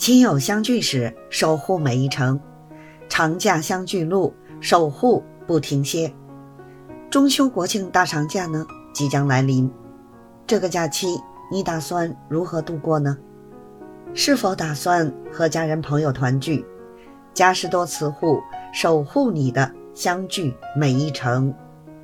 亲友相聚时，守护每一程；长假相聚路，守护不停歇。中秋国庆大长假呢，即将来临。这个假期，你打算如何度过呢？是否打算和家人朋友团聚？嘉实多磁护守护你的相聚每一程。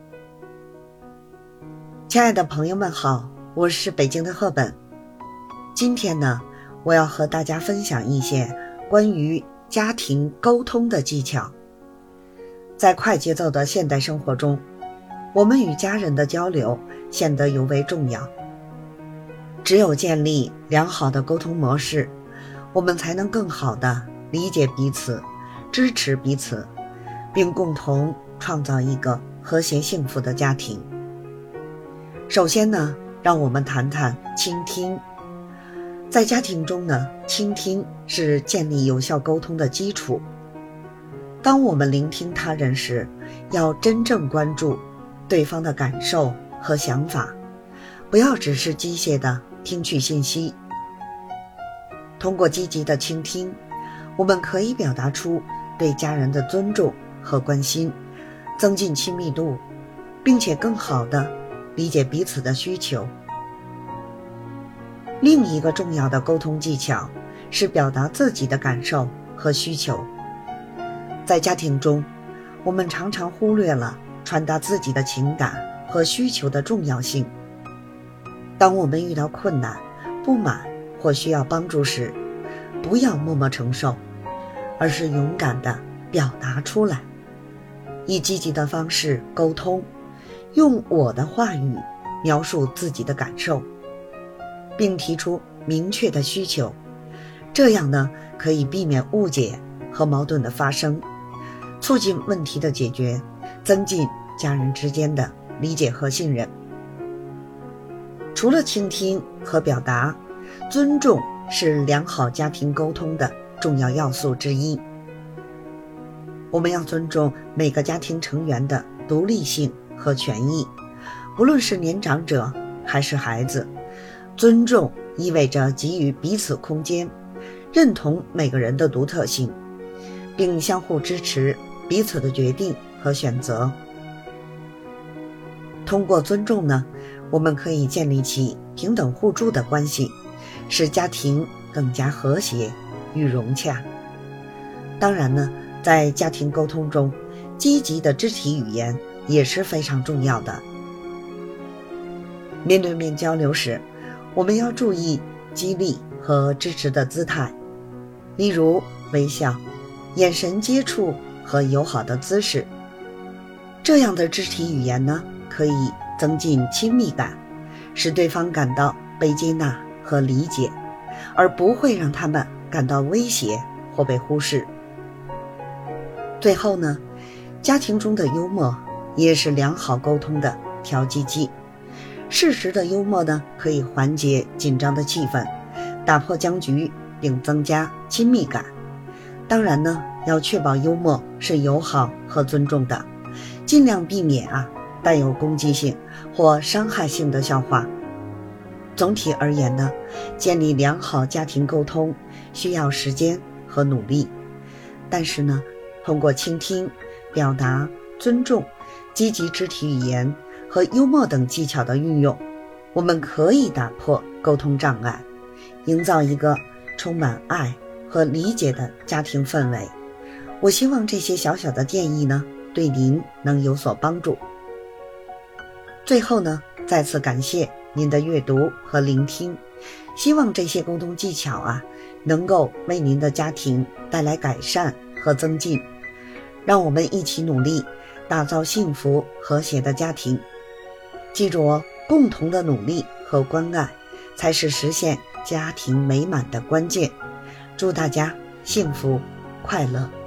亲爱的朋友们好，我是北京的赫本。今天呢，我要和大家分享一些关于家庭沟通的技巧。在快节奏的现代生活中，我们与家人的交流显得尤为重要。只有建立良好的沟通模式，我们才能更好地理解彼此，支持彼此，并共同创造一个和谐幸福的家庭。首先呢，让我们谈谈倾听。在家庭中呢，倾听是建立有效沟通的基础。当我们聆听他人时，要真正关注对方的感受和想法，不要只是机械地听取信息。通过积极的倾听，我们可以表达出对家人的尊重和关心，增进亲密度，并且更好地理解彼此的需求。另一个重要的沟通技巧是表达自己的感受和需求。在家庭中，我们常常忽略了传达自己的情感和需求的重要性。当我们遇到困难、不满或需要帮助时，不要默默承受，而是勇敢地表达出来，以积极的方式沟通，用我的话语描述自己的感受，并提出明确的需求。这样呢，可以避免误解和矛盾的发生，促进问题的解决，增进家人之间的理解和信任。除了倾听和表达，尊重是良好家庭沟通的重要要素之一。我们要尊重每个家庭成员的独立性和权益，不论是年长者还是孩子。尊重意味着给予彼此空间，认同每个人的独特性，并相互支持彼此的决定和选择。通过尊重呢，我们可以建立起平等互助的关系，使家庭更加和谐与融洽。当然呢，在家庭沟通中，积极的肢体语言也是非常重要的。面对面交流时，我们要注意激励和支持的姿态，例如微笑、眼神接触和友好的姿势。这样的肢体语言呢，可以增进亲密感，使对方感到被接纳和理解，而不会让他们感到威胁或被忽视。最后呢，家庭中的幽默也是良好沟通的调剂剂。适时的幽默呢，可以缓解紧张的气氛，打破僵局，并增加亲密感。当然呢，要确保幽默是友好和尊重的，尽量避免带有攻击性或伤害性的笑话。总体而言呢，建立良好家庭沟通需要时间和努力，但是呢，通过倾听、表达、尊重、积极肢体语言和幽默等技巧的运用，我们可以打破沟通障碍，营造一个充满爱和理解的家庭氛围。我希望这些小小的建议呢，对您能有所帮助。最后呢，再次感谢您的阅读和聆听，希望这些沟通技巧能够为您的家庭带来改善和增进。让我们一起努力，打造幸福和谐的家庭。记住共同的努力和关爱才是实现家庭美满的关键。祝大家幸福快乐。